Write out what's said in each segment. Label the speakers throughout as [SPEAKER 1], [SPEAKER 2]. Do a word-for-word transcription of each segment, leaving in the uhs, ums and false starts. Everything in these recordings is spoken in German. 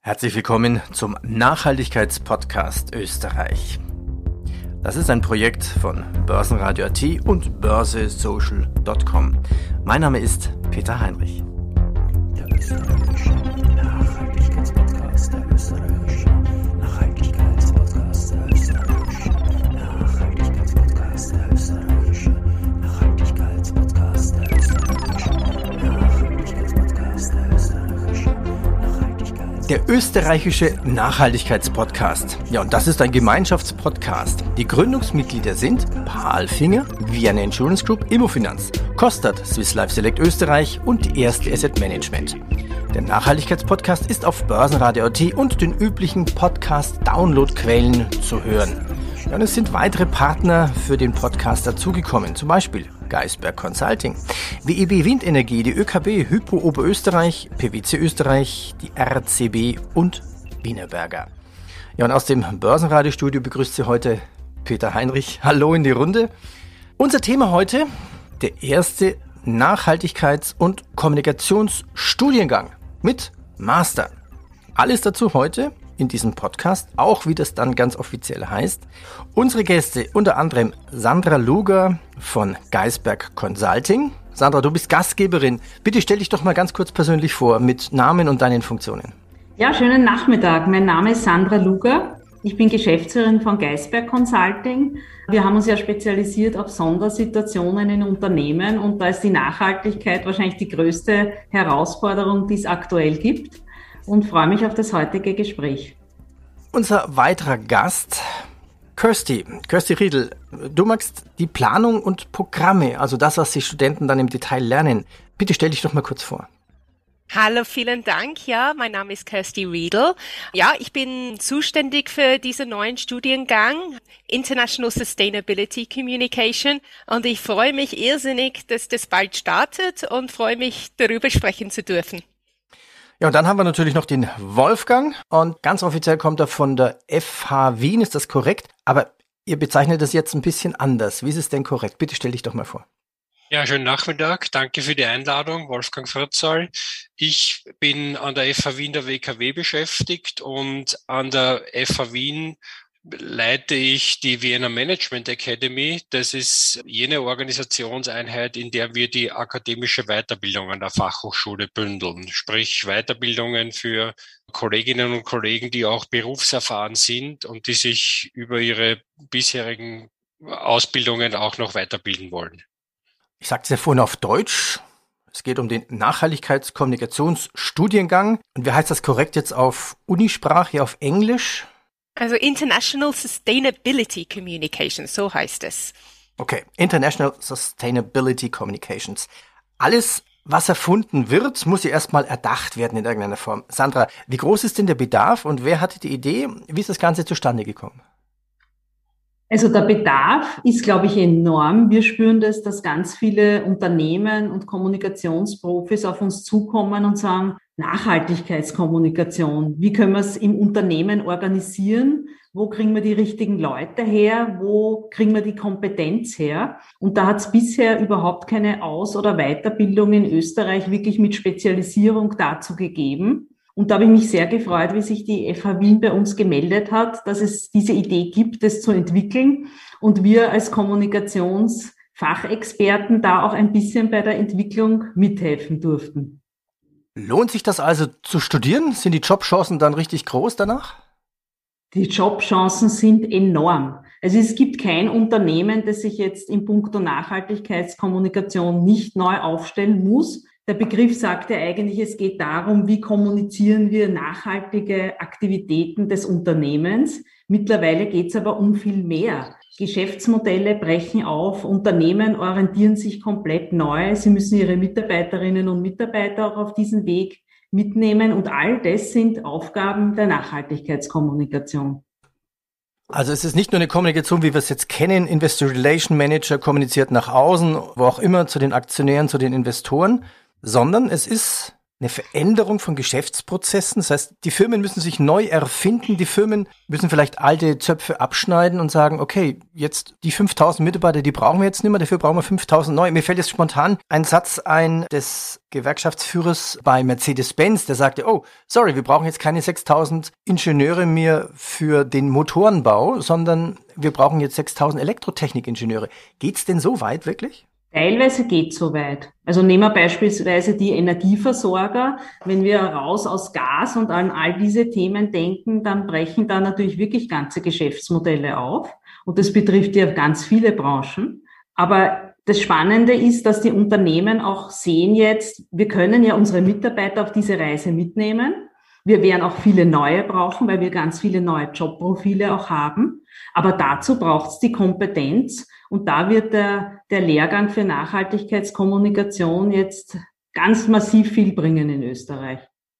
[SPEAKER 1] Herzlich willkommen zum Nachhaltigkeitspodcast Österreich. Das ist ein Projekt von Börsenradio Punkt at und börse social Punkt com. Mein Name ist Peter Heinrich.
[SPEAKER 2] Der österreichische Nachhaltigkeitspodcast, der österreichische Nachhaltigkeitspodcast, der österreichische Nachhaltigkeitspodcast, der österreichische Nachhaltigkeitspodcast, der österreichische Nachhaltigkeitspodcast, der österreichische
[SPEAKER 1] Der österreichische Nachhaltigkeitspodcast. Ja, und das ist ein Gemeinschaftspodcast. Die Gründungsmitglieder sind Palfinger, Vienna Insurance Group, Immofinanz, Kostat, Swiss Life Select Österreich und die Erste Asset Management. Der Nachhaltigkeitspodcast ist auf Börsenradio Punkt at und den üblichen Podcast-Download-Quellen zu hören. Ja, und es sind weitere Partner für den Podcast dazugekommen, zum Beispiel Geisberg Consulting, W E B Windenergie, die ÖKB, Hypo Oberösterreich, P W C Österreich, die R C B und Wienerberger. Ja, und aus dem Börsenradiostudio begrüßt Sie heute Peter Heinrich. Hallo in die Runde. Unser Thema heute, der erste Nachhaltigkeits- und Kommunikationsstudiengang mit Master. Alles dazu heute in diesem Podcast, auch wie das dann ganz offiziell heißt. Unsere Gäste, unter anderem Sandra Luger von Geisberg Consulting. Sandra, du bist Gastgeberin. Bitte stell dich doch mal ganz kurz persönlich vor mit Namen und deinen Funktionen.
[SPEAKER 3] Ja, schönen Nachmittag. Mein Name ist Sandra Luger. Ich bin Geschäftsführerin von Geisberg Consulting. Wir haben uns ja spezialisiert auf Sondersituationen in Unternehmen und da ist die Nachhaltigkeit wahrscheinlich die größte Herausforderung, die es aktuell gibt. Und freue mich auf das heutige Gespräch.
[SPEAKER 1] Unser weiterer Gast, Kirsty, Kirsty Riedl. Du magst die Planung und Programme, also das, was die Studenten dann im Detail lernen. Bitte stell dich doch mal kurz vor.
[SPEAKER 4] Hallo, vielen Dank. Ja, mein Name ist Kirsty Riedl. Ja, ich bin zuständig für diesen neuen Studiengang International Sustainability Communication und ich freue mich irrsinnig, dass das bald startet und freue mich, darüber sprechen zu dürfen.
[SPEAKER 1] Ja, und dann haben wir natürlich noch den Wolfgang und ganz offiziell kommt er von der F H Wien, ist das korrekt? Aber ihr bezeichnet das jetzt ein bisschen anders. Wie ist es denn korrekt? Bitte stell dich doch mal vor.
[SPEAKER 5] Ja, schönen Nachmittag. Danke für die Einladung, Wolfgang Fritzal. Ich bin an der F H Wien der W K W beschäftigt und an der F H Wien leite ich die Vienna Management Academy. Das ist jene Organisationseinheit, in der wir die akademische Weiterbildung an der Fachhochschule bündeln. Sprich Weiterbildungen für Kolleginnen und Kollegen, die auch berufserfahren sind und die sich über ihre bisherigen Ausbildungen auch noch weiterbilden wollen.
[SPEAKER 1] Ich sagte es ja vorhin auf Deutsch. Es geht um den Nachhaltigkeitskommunikationsstudiengang. Und wie heißt das korrekt jetzt auf Unisprache, auf Englisch?
[SPEAKER 4] Also International Sustainability Communications, so heißt es.
[SPEAKER 1] Okay, International Sustainability Communications. Alles, was erfunden wird, muss ja erstmal erdacht werden in irgendeiner Form. Sandra, wie groß ist denn der Bedarf und wer hatte die Idee? Wie ist das Ganze zustande gekommen?
[SPEAKER 3] Also der Bedarf ist, glaube ich, enorm. Wir spüren das, dass ganz viele Unternehmen und Kommunikationsprofis auf uns zukommen und sagen, Nachhaltigkeitskommunikation, wie können wir es im Unternehmen organisieren? Wo kriegen wir die richtigen Leute her? Wo kriegen wir die Kompetenz her? Und da hat es bisher überhaupt keine Aus- oder Weiterbildung in Österreich wirklich mit Spezialisierung dazu gegeben. Und da habe ich mich sehr gefreut, wie sich die F H Wien bei uns gemeldet hat, dass es diese Idee gibt, das zu entwickeln. Und wir als Kommunikationsfachexperten da auch ein bisschen bei der Entwicklung mithelfen durften.
[SPEAKER 1] Lohnt sich das also zu studieren? Sind die Jobchancen dann richtig groß danach?
[SPEAKER 3] Die Jobchancen sind enorm. Also es gibt kein Unternehmen, das sich jetzt in puncto Nachhaltigkeitskommunikation nicht neu aufstellen muss. Der Begriff sagt ja eigentlich, es geht darum, wie kommunizieren wir nachhaltige Aktivitäten des Unternehmens. Mittlerweile geht es aber um viel mehr. Geschäftsmodelle brechen auf, Unternehmen orientieren sich komplett neu. Sie müssen ihre Mitarbeiterinnen und Mitarbeiter auch auf diesen Weg mitnehmen und all das sind Aufgaben der Nachhaltigkeitskommunikation.
[SPEAKER 1] Also es ist nicht nur eine Kommunikation, wie wir es jetzt kennen, Investor Relation Manager kommuniziert nach außen, wo auch immer, zu den Aktionären, zu den Investoren, sondern es ist eine Veränderung von Geschäftsprozessen? Das heißt, die Firmen müssen sich neu erfinden, die Firmen müssen vielleicht alte Zöpfe abschneiden und sagen, okay, jetzt die fünftausend Mitarbeiter, die brauchen wir jetzt nicht mehr, dafür brauchen wir fünftausend neue. Mir fällt jetzt spontan ein Satz ein des Gewerkschaftsführers bei Mercedes-Benz, der sagte, oh, sorry, wir brauchen jetzt keine sechstausend Ingenieure mehr für den Motorenbau, sondern wir brauchen jetzt sechstausend Elektrotechnikingenieure. Geht's denn so weit wirklich?
[SPEAKER 3] Teilweise geht so weit. Also nehmen wir beispielsweise die Energieversorger. Wenn wir raus aus Gas und an all diese Themen denken, dann brechen da natürlich wirklich ganze Geschäftsmodelle auf. Und das betrifft ja ganz viele Branchen. Aber das Spannende ist, dass die Unternehmen auch sehen jetzt, wir können ja unsere Mitarbeiter auf diese Reise mitnehmen. Wir werden auch viele neue brauchen, weil wir ganz viele neue Jobprofile auch haben. Aber dazu braucht es die Kompetenz. Und da wird der, der Lehrgang für Nachhaltigkeitskommunikation jetzt ganz massiv viel bringen in Österreich.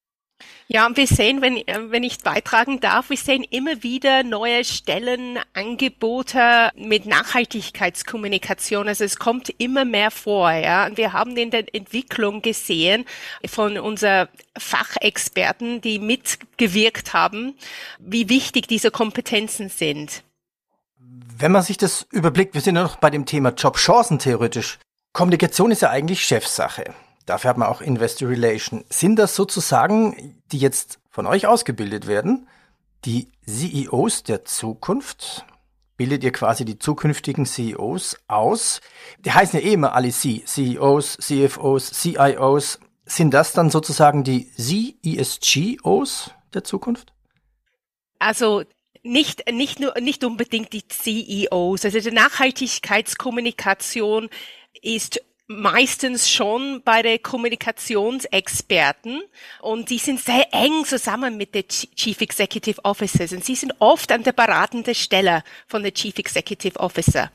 [SPEAKER 4] Ja, und wir sehen, wenn, wenn ich beitragen darf, wir sehen immer wieder neue Stellenangebote mit Nachhaltigkeitskommunikation. Also es kommt immer mehr vor, ja. Und wir haben in der Entwicklung gesehen von unseren Fachexperten, die mitgewirkt haben, wie wichtig diese Kompetenzen sind.
[SPEAKER 1] Wenn man sich das überblickt, wir sind ja noch bei dem Thema Jobchancen theoretisch. Kommunikation ist ja eigentlich Chefsache. Dafür hat man auch Investor Relation. Sind das sozusagen, die jetzt von euch ausgebildet werden, die C E Os der Zukunft? Bildet ihr quasi die zukünftigen C E Os aus? Die heißen ja eh immer alle C, C E Os, C F Os, C I Os. Sind das dann sozusagen die C E S G Os der Zukunft?
[SPEAKER 4] Also Nicht, nicht nur, nicht unbedingt die C E Os. Also die Nachhaltigkeitskommunikation ist meistens schon bei den Kommunikationsexperten und die sind sehr eng zusammen mit den Chief Executive Officers und sie sind oft an der beratenden Stelle von der Chief Executive Officer.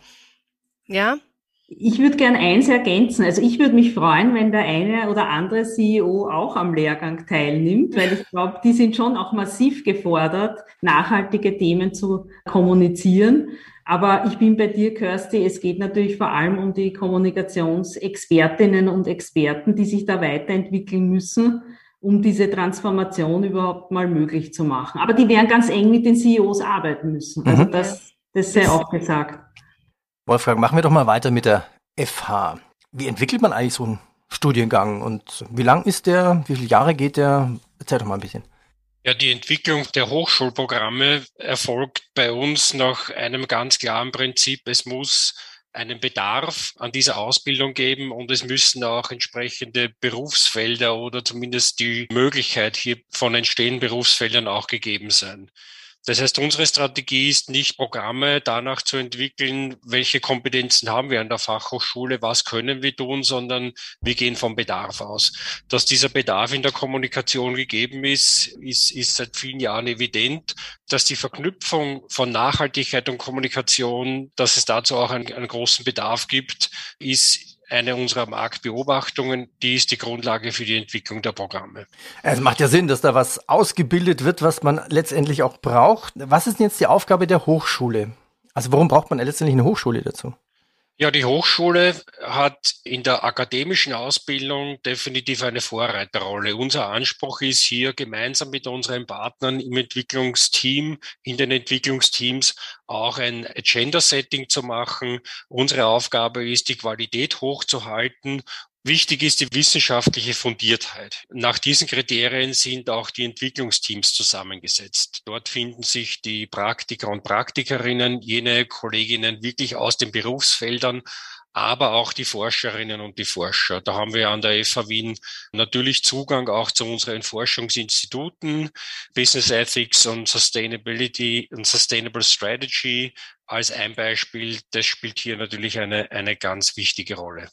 [SPEAKER 4] Ja?
[SPEAKER 3] Ich würde gern eins ergänzen. Also ich würde mich freuen, wenn der eine oder andere C E O auch am Lehrgang teilnimmt, weil ich glaube, die sind schon auch massiv gefordert, nachhaltige Themen zu kommunizieren. Aber ich bin bei dir, Kirsty, es geht natürlich vor allem um die Kommunikationsexpertinnen und Experten, die sich da weiterentwickeln müssen, um diese Transformation überhaupt mal möglich zu machen. Aber die werden ganz eng mit den C E Os arbeiten müssen. Also
[SPEAKER 1] Mhm.
[SPEAKER 3] das, das sei auch gesagt.
[SPEAKER 1] Wolfgang, machen wir doch mal weiter mit der F H. Wie entwickelt man eigentlich so einen Studiengang und wie lang ist der, wie viele Jahre geht der? Erzähl doch mal ein bisschen.
[SPEAKER 5] Ja, die Entwicklung der Hochschulprogramme erfolgt bei uns nach einem ganz klaren Prinzip. Es muss einen Bedarf an dieser Ausbildung geben und es müssen auch entsprechende Berufsfelder oder zumindest die Möglichkeit hier von entstehenden Berufsfeldern auch gegeben sein. Das heißt, unsere Strategie ist nicht, Programme danach zu entwickeln, welche Kompetenzen haben wir an der Fachhochschule, was können wir tun, sondern wir gehen vom Bedarf aus. Dass dieser Bedarf in der Kommunikation gegeben ist, ist, ist seit vielen Jahren evident. Dass die Verknüpfung von Nachhaltigkeit und Kommunikation, dass es dazu auch einen, einen großen Bedarf gibt, ist eine unserer Marktbeobachtungen, die ist die Grundlage für die Entwicklung der Programme.
[SPEAKER 1] Es macht ja Sinn, dass da was ausgebildet wird, was man letztendlich auch braucht. Was ist denn jetzt die Aufgabe der Hochschule? Also warum braucht man letztendlich eine Hochschule dazu?
[SPEAKER 5] Ja, die Hochschule hat in der akademischen Ausbildung definitiv eine Vorreiterrolle. Unser Anspruch ist hier, gemeinsam mit unseren Partnern im Entwicklungsteam, in den Entwicklungsteams auch ein Agenda-Setting zu machen. Unsere Aufgabe ist, die Qualität hochzuhalten. Wichtig ist die wissenschaftliche Fundiertheit. Nach diesen Kriterien sind auch die Entwicklungsteams zusammengesetzt. Dort finden sich die Praktiker und Praktikerinnen, jene Kolleginnen wirklich aus den Berufsfeldern, aber auch die Forscherinnen und die Forscher. Da haben wir an der F H Wien natürlich Zugang auch zu unseren Forschungsinstituten, Business Ethics und Sustainability und Sustainable Strategy als ein Beispiel. Das spielt hier natürlich eine, eine ganz wichtige Rolle.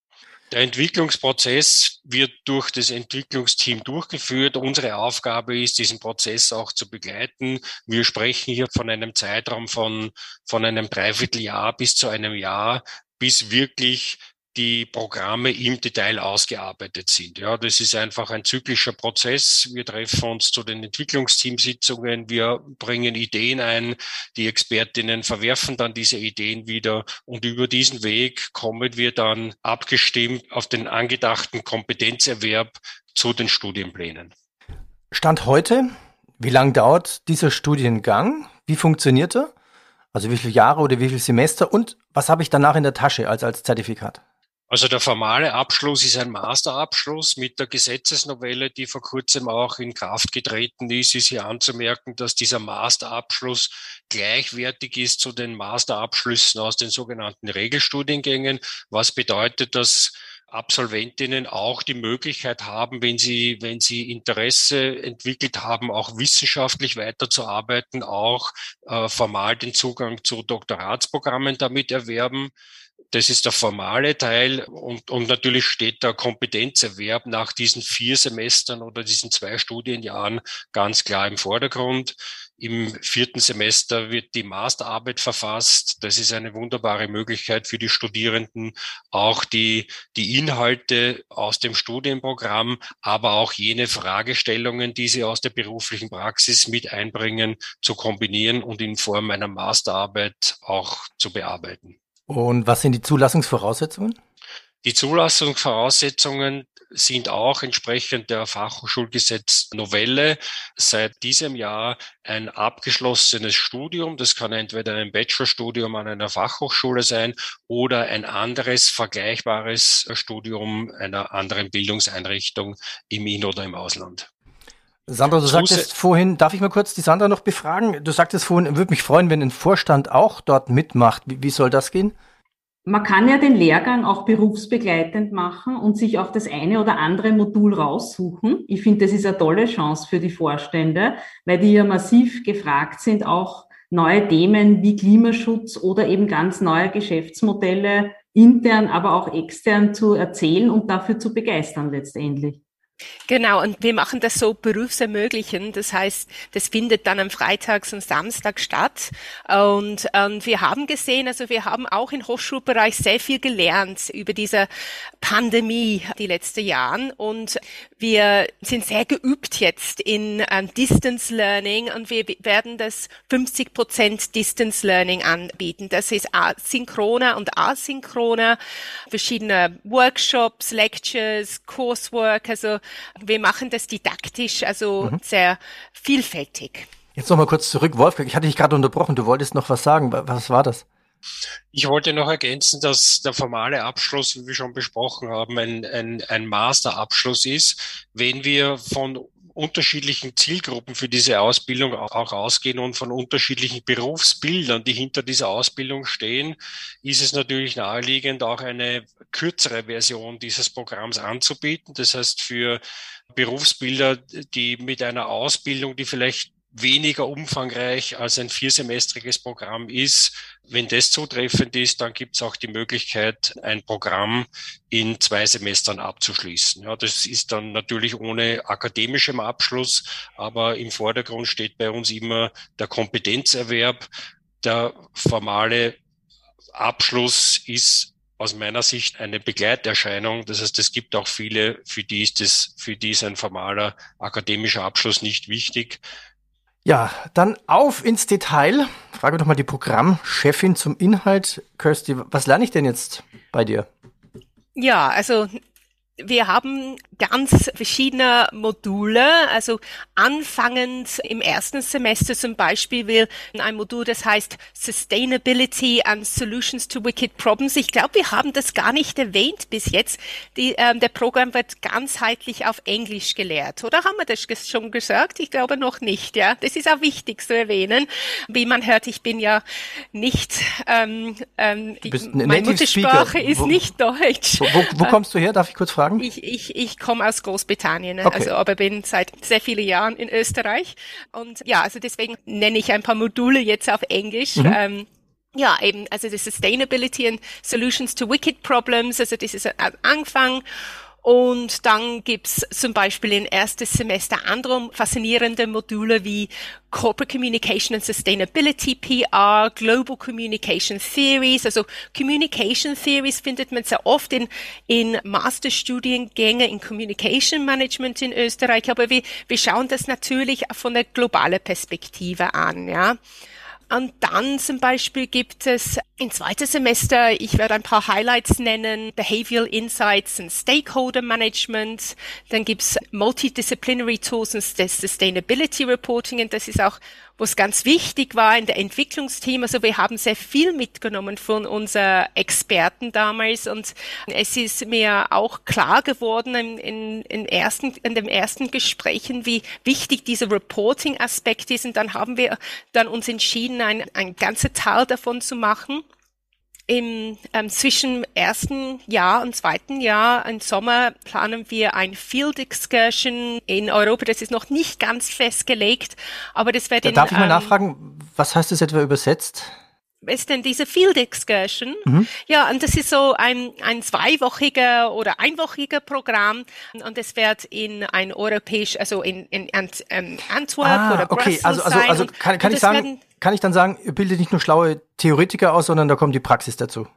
[SPEAKER 5] Der Entwicklungsprozess wird durch das Entwicklungsteam durchgeführt. Unsere Aufgabe ist, diesen Prozess auch zu begleiten. Wir sprechen hier von einem Zeitraum von, von einem Dreivierteljahr bis zu einem Jahr, bis wirklich die Programme im Detail ausgearbeitet sind. Ja, das ist einfach ein zyklischer Prozess. Wir treffen uns zu den Entwicklungsteamsitzungen, wir bringen Ideen ein, die Expertinnen verwerfen dann diese Ideen wieder und über diesen Weg kommen wir dann abgestimmt auf den angedachten Kompetenzerwerb zu den Studienplänen.
[SPEAKER 1] Stand heute, wie lang dauert dieser Studiengang? Wie funktioniert er? Also wie viele Jahre oder wie viele Semester? Und was habe ich danach in der Tasche als, als Zertifikat?
[SPEAKER 5] Also der formale Abschluss ist ein Masterabschluss. Mit der Gesetzesnovelle, die vor kurzem auch in Kraft getreten ist, ist hier anzumerken, dass dieser Masterabschluss gleichwertig ist zu den Masterabschlüssen aus den sogenannten Regelstudiengängen, was bedeutet, dass Absolventinnen auch die Möglichkeit haben, wenn sie, wenn sie Interesse entwickelt haben, auch wissenschaftlich weiterzuarbeiten, auch äh, formal den Zugang zu Doktoratsprogrammen damit erwerben. Das ist der formale Teil und, und natürlich steht der Kompetenzerwerb nach diesen vier Semestern oder diesen zwei Studienjahren ganz klar im Vordergrund. Im vierten Semester wird die Masterarbeit verfasst. Das ist eine wunderbare Möglichkeit für die Studierenden, auch die, die Inhalte aus dem Studienprogramm, aber auch jene Fragestellungen, die sie aus der beruflichen Praxis mit einbringen, zu kombinieren und in Form einer Masterarbeit auch zu bearbeiten.
[SPEAKER 1] Und was sind die Zulassungsvoraussetzungen? Die
[SPEAKER 5] Zulassungsvoraussetzungen sind auch entsprechend der Fachhochschulgesetz-Novelle seit diesem Jahr ein abgeschlossenes Studium. Das kann entweder ein Bachelorstudium an einer Fachhochschule sein oder ein anderes vergleichbares Studium einer anderen Bildungseinrichtung im In- oder im Ausland.
[SPEAKER 1] Sandra, du sagtest vorhin, darf ich mal kurz die Sandra noch befragen? Du sagtest vorhin, würde mich freuen, wenn ein Vorstand auch dort mitmacht. Wie, wie soll das gehen?
[SPEAKER 3] Man kann ja den Lehrgang auch berufsbegleitend machen und sich auch das eine oder andere Modul raussuchen. Ich finde, das ist eine tolle Chance für die Vorstände, weil die ja massiv gefragt sind, auch neue Themen wie Klimaschutz oder eben ganz neue Geschäftsmodelle intern, aber auch extern zu erzählen und dafür zu begeistern letztendlich.
[SPEAKER 4] Genau, und wir machen das so berufsermöglichend. Das heißt, das findet dann am Freitags und Samstag statt. Und, und wir haben gesehen, also wir haben auch im Hochschulbereich sehr viel gelernt über diese Pandemie die letzten Jahren. Und wir sind sehr geübt jetzt in um, Distance Learning und wir werden das fünfzig Prozent Distance Learning anbieten. Das ist synchroner und asynchroner, verschiedene Workshops, Lectures, Coursework, also wir machen das didaktisch, also mhm. sehr vielfältig.
[SPEAKER 1] Jetzt noch mal kurz zurück, Wolfgang, ich hatte dich gerade unterbrochen, du wolltest noch was sagen, was war das?
[SPEAKER 5] Ich wollte noch ergänzen, dass der formale Abschluss, wie wir schon besprochen haben, ein, ein, ein Masterabschluss ist. Wenn wir von unterschiedlichen Zielgruppen für diese Ausbildung auch ausgehen und von unterschiedlichen Berufsbildern, die hinter dieser Ausbildung stehen, ist es natürlich naheliegend, auch eine kürzere Version dieses Programms anzubieten. Das heißt, für Berufsbilder, die mit einer Ausbildung, die vielleicht weniger umfangreich als ein viersemestriges Programm ist. Wenn das zutreffend ist, dann gibt es auch die Möglichkeit, ein Programm in zwei Semestern abzuschließen. Ja, das ist dann natürlich ohne akademischem Abschluss, aber im Vordergrund steht bei uns immer der Kompetenzerwerb. Der formale Abschluss ist aus meiner Sicht eine Begleiterscheinung. Das heißt, es gibt auch viele, für die ist das, für die ist ein formaler akademischer Abschluss nicht wichtig.
[SPEAKER 1] Ja, dann auf ins Detail. Frage doch mal die Programmchefin zum Inhalt. Kirsty, was lerne ich denn jetzt bei dir?
[SPEAKER 4] Ja, also wir haben ganz verschiedene Module, also anfangend im ersten Semester zum Beispiel will ein Modul, das heißt Sustainability and Solutions to Wicked Problems. Ich glaube, wir haben das gar nicht erwähnt bis jetzt. Die, ähm, der Programm wird ganzheitlich auf Englisch gelehrt. Oder haben wir das schon gesagt? Ich glaube noch nicht, ja. Das ist auch wichtig zu erwähnen. Wie man hört, ich bin ja nicht, ähm, ähm, meine Muttersprache ist wo, nicht Deutsch.
[SPEAKER 1] Wo, wo, wo kommst du her? Darf ich kurz fragen?
[SPEAKER 4] Ich, ich, ich komme aus Großbritannien,
[SPEAKER 1] okay.
[SPEAKER 4] also aber bin seit sehr vielen Jahren in Österreich und ja, also deswegen nenne ich ein paar Module jetzt auf Englisch. Mhm. Ähm, ja, eben, also die Sustainability and Solutions to Wicked Problems, also das ist ein Anfang. Und dann gibt's zum Beispiel im ersten Semester andere faszinierende Module wie Corporate Communication and Sustainability P R, Global Communication Theories. Also Communication Theories findet man sehr oft in, in Masterstudiengänge in Communication Management in Österreich. Aber wir, wir schauen das natürlich von der globalen Perspektive an, ja. Und dann zum Beispiel gibt es im zweiten Semester, ich werde ein paar Highlights nennen, Behavioral Insights and Stakeholder Management. Dann gibt's Multidisciplinary Tools and Sustainability Reporting. Und das ist auch, was ganz wichtig war in der Entwicklungsteam. Also wir haben sehr viel mitgenommen von unseren Experten damals. Und es ist mir auch klar geworden in, in, in, ersten, in den ersten Gesprächen, wie wichtig dieser Reporting-Aspekt ist. Und dann haben wir dann uns entschieden, ein, ein ganzer Teil davon zu machen. Im, ähm, zwischen ersten Jahr und zweiten Jahr im Sommer planen wir ein Field Excursion in Europa. Das ist noch nicht ganz festgelegt, aber das wird
[SPEAKER 1] da
[SPEAKER 4] in,
[SPEAKER 1] Darf ich mal
[SPEAKER 4] ähm,
[SPEAKER 1] nachfragen, was heißt das etwa übersetzt?
[SPEAKER 4] Ist denn diese Field Excursion?
[SPEAKER 1] Mhm.
[SPEAKER 4] Ja, und das ist so ein, ein zweiwöchiger oder einwöchiger Programm und es wird in ein europäisch, also in, in Ant, ähm, Antwerp
[SPEAKER 1] ah,
[SPEAKER 4] oder
[SPEAKER 1] okay.
[SPEAKER 4] Brüssel
[SPEAKER 1] also, also,
[SPEAKER 4] sein.
[SPEAKER 1] also
[SPEAKER 4] und,
[SPEAKER 1] kann, kann
[SPEAKER 4] und
[SPEAKER 1] ich sagen,
[SPEAKER 4] werden,
[SPEAKER 1] kann ich dann sagen, ihr bildet nicht nur schlaue Theoretiker aus, sondern da kommt die Praxis dazu.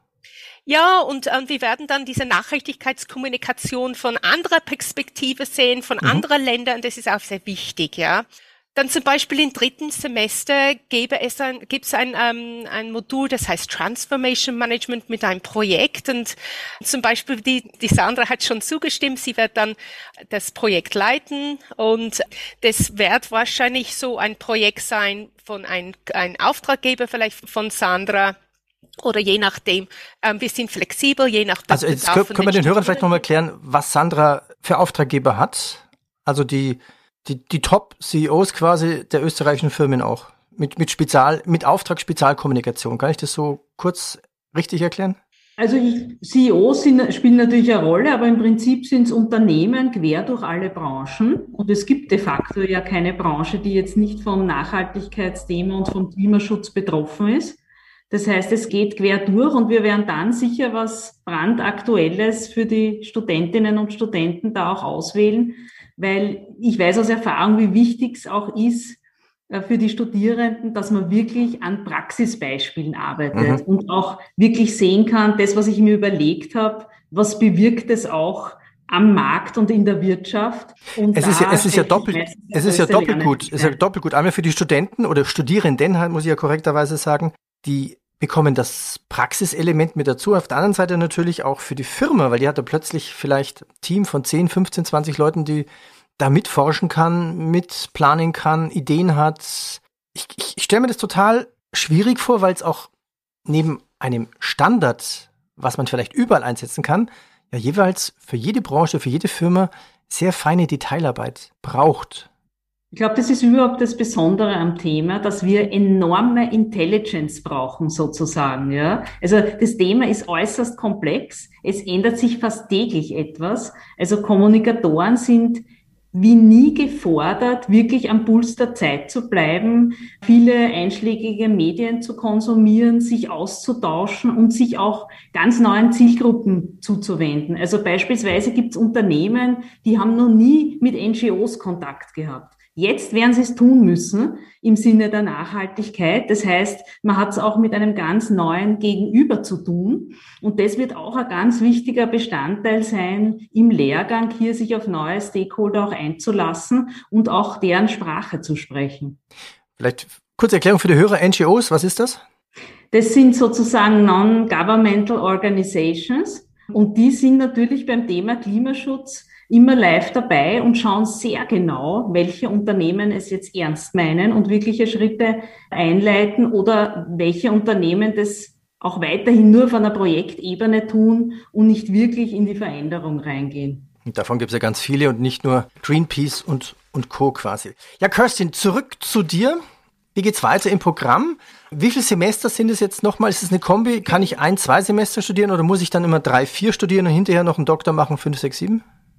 [SPEAKER 4] Ja, und, und wir werden dann diese Nachhaltigkeitskommunikation von anderer Perspektive sehen, von mhm. anderen Ländern, und das ist auch sehr wichtig, ja. Dann zum Beispiel im dritten Semester gäbe es ein, gibt es ein, ähm, ein Modul, das heißt Transformation Management mit einem Projekt, und zum Beispiel die, die Sandra hat schon zugestimmt, sie wird dann das Projekt leiten, und das wird wahrscheinlich so ein Projekt sein von einem ein Auftraggeber vielleicht von Sandra. Oder je nachdem, ähm, wir sind flexibel, je nach
[SPEAKER 1] Also jetzt können, können wir den Hörern vielleicht nochmal erklären, was Sandra für Auftraggeber hat. Also die die die Top-C E Os quasi der österreichischen Firmen auch. Mit mit Spezial, mit Auftrag Spezialkommunikation. Kann ich das so kurz richtig erklären?
[SPEAKER 3] Also ich, C E Os sind, spielen natürlich eine Rolle, aber im Prinzip sind es Unternehmen quer durch alle Branchen. Und es gibt de facto ja keine Branche, die jetzt nicht vom Nachhaltigkeitsthema und vom Klimaschutz betroffen ist. Das heißt, es geht quer durch, und wir werden dann sicher was brandaktuelles für die Studentinnen und Studenten da auch auswählen, weil ich weiß aus Erfahrung, wie wichtig es auch ist für die Studierenden, dass man wirklich an Praxisbeispielen arbeitet mhm. und auch wirklich sehen kann, das, was ich mir überlegt habe, was bewirkt es auch am Markt und in der Wirtschaft. Und
[SPEAKER 1] es ist ja, es ist ja doppelt, es ist ja doppelt gut, es ist ja doppelt gut. Einmal für die Studenten oder Studierenden, halt, muss ich ja korrekterweise sagen, die bekommen das Praxiselement mit dazu. Auf der anderen Seite natürlich auch für die Firma, weil die hat da plötzlich vielleicht ein Team von zehn, fünfzehn, zwanzig Leuten, die da mitforschen kann, mitplanen kann, Ideen hat. Ich, ich, ich stelle mir das total schwierig vor, weil es auch neben einem Standard, was man vielleicht überall einsetzen kann, ja jeweils für jede Branche, für jede Firma sehr feine Detailarbeit braucht.
[SPEAKER 3] Ich glaube, das ist überhaupt das Besondere am Thema, dass wir enorme Intelligence brauchen, sozusagen, ja. Also, das Thema ist äußerst komplex. Es ändert sich fast täglich etwas. Also, Kommunikatoren sind wie nie gefordert, wirklich am Puls der Zeit zu bleiben, viele einschlägige Medien zu konsumieren, sich auszutauschen und sich auch ganz neuen Zielgruppen zuzuwenden. Also beispielsweise gibt es Unternehmen, die haben noch nie mit N G Os Kontakt gehabt. Jetzt werden sie es tun müssen im Sinne der Nachhaltigkeit. Das heißt, man hat es auch mit einem ganz neuen Gegenüber zu tun. Und das wird auch ein ganz wichtiger Bestandteil sein, im Lehrgang hier sich auf neue Stakeholder auch einzulassen und auch deren Sprache zu sprechen.
[SPEAKER 1] Vielleicht kurze Erklärung für die Hörer. N G Os, was ist das?
[SPEAKER 3] Das sind sozusagen Non-Governmental Organizations. Und die sind natürlich beim Thema Klimaschutz immer live dabei und schauen sehr genau, welche Unternehmen es jetzt ernst meinen und wirkliche Schritte einleiten oder welche Unternehmen das auch weiterhin nur auf einer Projektebene tun und nicht wirklich in die Veränderung reingehen.
[SPEAKER 1] Und davon gibt es ja ganz viele und nicht nur Greenpeace und, und Co. quasi. Ja, Kerstin, zurück zu dir. Wie geht's weiter im Programm? Wie viele Semester sind es jetzt nochmal? Ist es eine Kombi? Kann ich ein, zwei Semester studieren oder muss ich dann immer drei, vier studieren und hinterher noch einen Doktor machen, fünf, sechs, sieben?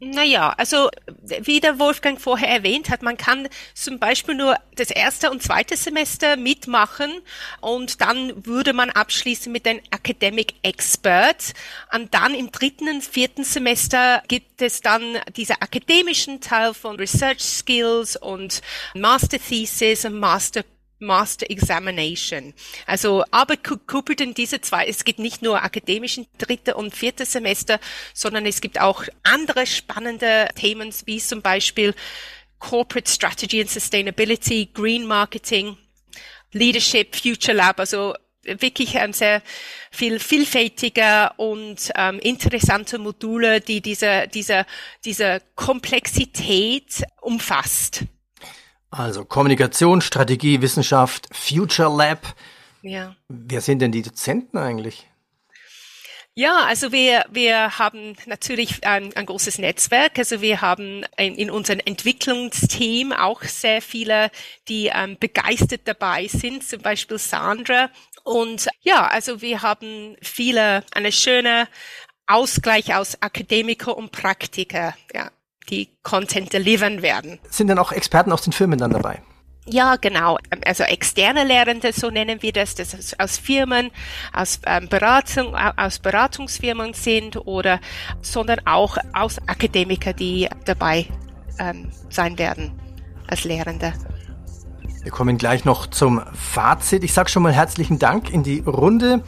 [SPEAKER 4] Naja, also wie der Wolfgang vorher erwähnt hat, man kann zum Beispiel nur das erste und zweite Semester mitmachen und dann würde man abschließen mit den Academic Experts. Und dann im dritten und vierten Semester gibt es dann diese akademischen Teil von Research Skills und Master Thesis und Master Master Examination. Also, aber kuppelt in diese zwei, es gibt nicht nur akademischen dritte und vierte Semester, sondern es gibt auch andere spannende Themen, wie zum Beispiel Corporate Strategy and Sustainability, Green Marketing, Leadership, Future Lab, also wirklich ein sehr viel vielfältiger und ähm, interessante Module, die diese, diese, diese Komplexität umfasst.
[SPEAKER 1] Also Kommunikation, Strategie, Wissenschaft, Future Lab.
[SPEAKER 4] Ja.
[SPEAKER 1] Wer sind denn die Dozenten eigentlich?
[SPEAKER 4] Ja, also wir wir haben natürlich ein, ein großes Netzwerk. Also wir haben in, in unserem Entwicklungsteam auch sehr viele, die ähm, begeistert dabei sind. Zum Beispiel Sandra. Und ja, also wir haben viele, eine schöne Ausgleich aus Akademiker und Praktiker. Ja, die Content delivern werden. Sind
[SPEAKER 1] dann auch Experten aus den Firmen dann dabei?
[SPEAKER 4] Ja, genau. Also externe Lehrende, so nennen wir das, das ist aus Firmen, aus ähm, Beratung, aus Beratungsfirmen sind oder, sondern auch aus Akademiker, die dabei ähm, sein werden als Lehrende.
[SPEAKER 1] Wir kommen gleich noch zum Fazit. Ich sage schon mal herzlichen Dank in die Runde.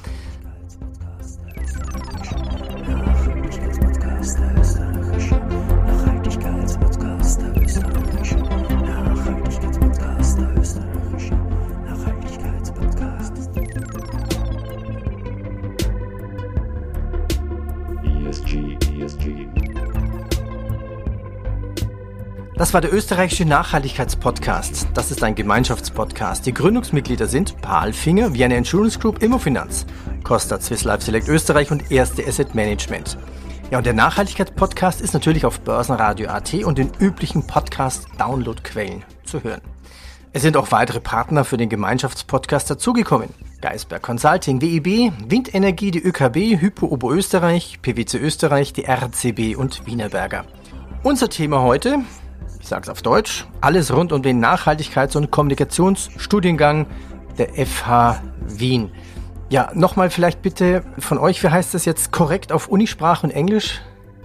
[SPEAKER 1] Das war der österreichische Nachhaltigkeitspodcast. Das ist ein Gemeinschaftspodcast. Die Gründungsmitglieder sind Palfinger, Vienna Insurance Group, Immofinanz, Costa, Swiss Life Select Österreich und Erste Asset Management. Ja, und der Nachhaltigkeitspodcast ist natürlich auf Börsenradio Punkt at und den üblichen Podcast-Download-Quellen zu hören. Es sind auch weitere Partner für den Gemeinschaftspodcast dazugekommen. Geisberg Consulting, W I B, Windenergie, die Ö K B, Hypo Oberösterreich, P W C Österreich, die R C B und Wienerberger. Unser Thema heute, ich sage es auf Deutsch, alles rund um den Nachhaltigkeits- und Kommunikationsstudiengang der F H Wien. Ja, nochmal vielleicht bitte von euch, wie heißt das jetzt korrekt auf Unisprache und Englisch?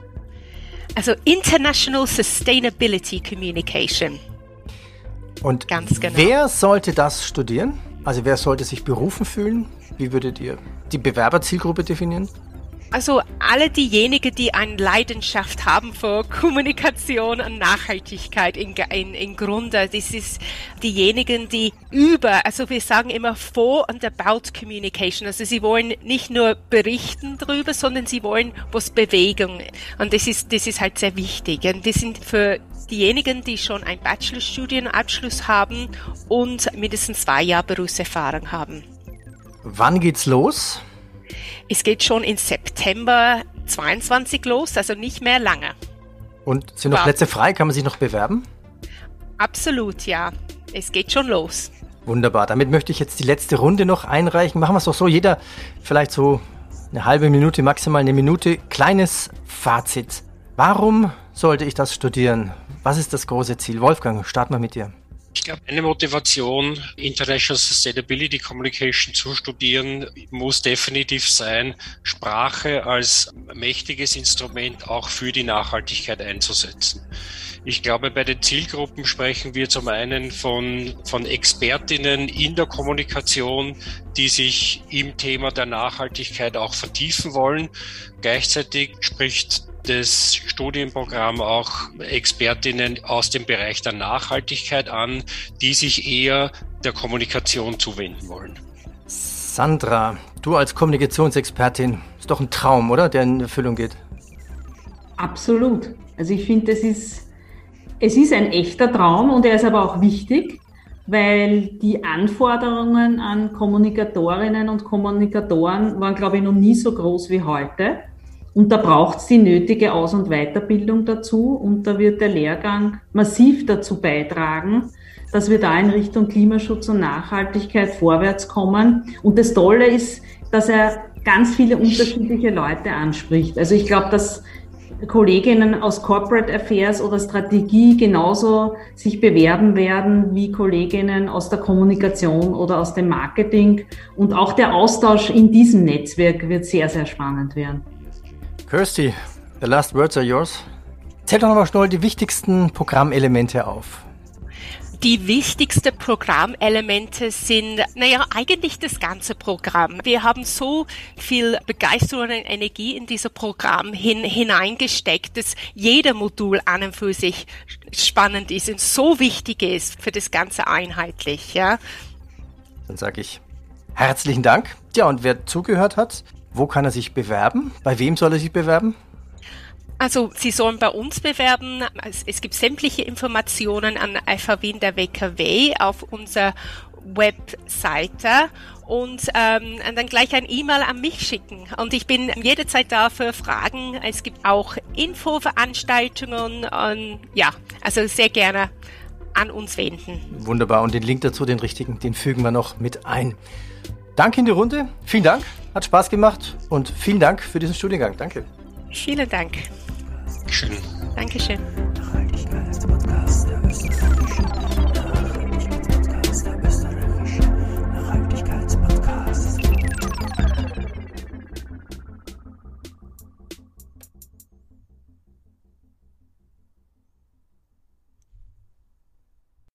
[SPEAKER 4] Also International Sustainability Communication.
[SPEAKER 1] Und
[SPEAKER 4] ganz genau.
[SPEAKER 1] Wer sollte das studieren? Also wer sollte sich berufen fühlen? Wie würdet ihr die Bewerberzielgruppe definieren?
[SPEAKER 4] Also alle diejenigen, die eine Leidenschaft haben für Kommunikation und Nachhaltigkeit in, in, in Grunde. Das ist diejenigen, die über, also wir sagen immer for and about communication. Also sie wollen nicht nur berichten drüber, sondern sie wollen was bewegen. Und das ist, das ist halt sehr wichtig. Und das sind für diejenigen, die schon einen Bachelorstudienabschluss haben und mindestens zwei Jahre Berufserfahrung haben.
[SPEAKER 1] Wann geht's los?
[SPEAKER 4] Es geht schon im September zweiundzwanzig los, also nicht mehr lange.
[SPEAKER 1] Und sind noch Plätze frei? Kann man sich noch bewerben?
[SPEAKER 4] Absolut, ja. Es geht schon los.
[SPEAKER 1] Wunderbar. Damit möchte ich jetzt die letzte Runde noch einreichen. Machen wir es doch so, jeder vielleicht so eine halbe Minute, maximal eine Minute. Kleines Fazit. Warum sollte ich das studieren? Was ist das große Ziel? Wolfgang, starten wir mit dir.
[SPEAKER 5] Ich glaube, eine Motivation, International Sustainability Communication zu studieren, muss definitiv sein, Sprache als mächtiges Instrument auch für die Nachhaltigkeit einzusetzen. Ich glaube, bei den Zielgruppen sprechen wir zum einen von, von Expertinnen in der Kommunikation, die sich im Thema der Nachhaltigkeit auch vertiefen wollen. Gleichzeitig spricht das Studienprogramm auch Expertinnen aus dem Bereich der Nachhaltigkeit an, die sich eher der Kommunikation zuwenden wollen.
[SPEAKER 1] Sandra, du als Kommunikationsexpertin, ist doch ein Traum, oder, der in Erfüllung geht?
[SPEAKER 3] Absolut. Also ich finde, es ist, es ist ein echter Traum und er ist aber auch wichtig, weil die Anforderungen an Kommunikatorinnen und Kommunikatoren waren, glaube ich, noch nie so groß wie heute. Und da braucht es die nötige Aus- und Weiterbildung dazu und da wird der Lehrgang massiv dazu beitragen, dass wir da in Richtung Klimaschutz und Nachhaltigkeit vorwärts kommen. Und das Tolle ist, dass er ganz viele unterschiedliche Leute anspricht. Also ich glaube, dass Kolleginnen aus Corporate Affairs oder Strategie genauso sich bewerben werden wie Kolleginnen aus der Kommunikation oder aus dem Marketing. Und auch der Austausch in diesem Netzwerk wird sehr, sehr spannend werden.
[SPEAKER 1] Kirsty, the last words are yours. Zähl doch nochmal schnell die wichtigsten Programmelemente auf.
[SPEAKER 4] Die wichtigsten Programmelemente sind, naja, eigentlich das ganze Programm. Wir haben so viel Begeisterung und Energie in dieses Programm hin, hineingesteckt, dass jeder Modul an und für sich spannend ist und so wichtig ist für das Ganze einheitlich, ja.
[SPEAKER 1] Dann sage ich herzlichen Dank. Ja, und wer zugehört hat, wo kann er sich bewerben? Bei wem soll er sich bewerben?
[SPEAKER 4] Also Sie sollen bei uns bewerben. Es gibt sämtliche Informationen an F H Wien der W K W auf unserer Webseite und ähm, dann gleich ein E-Mail an mich schicken. Und ich bin jederzeit da für Fragen. Es gibt auch Infoveranstaltungen und ja, also sehr gerne an uns wenden.
[SPEAKER 1] Wunderbar. Und den Link dazu, den richtigen, den fügen wir noch mit ein. Danke in die Runde. Vielen Dank. Hat Spaß gemacht und vielen Dank für diesen Studiengang. Danke.
[SPEAKER 4] Vielen Dank.
[SPEAKER 5] Schön.
[SPEAKER 4] Dankeschön.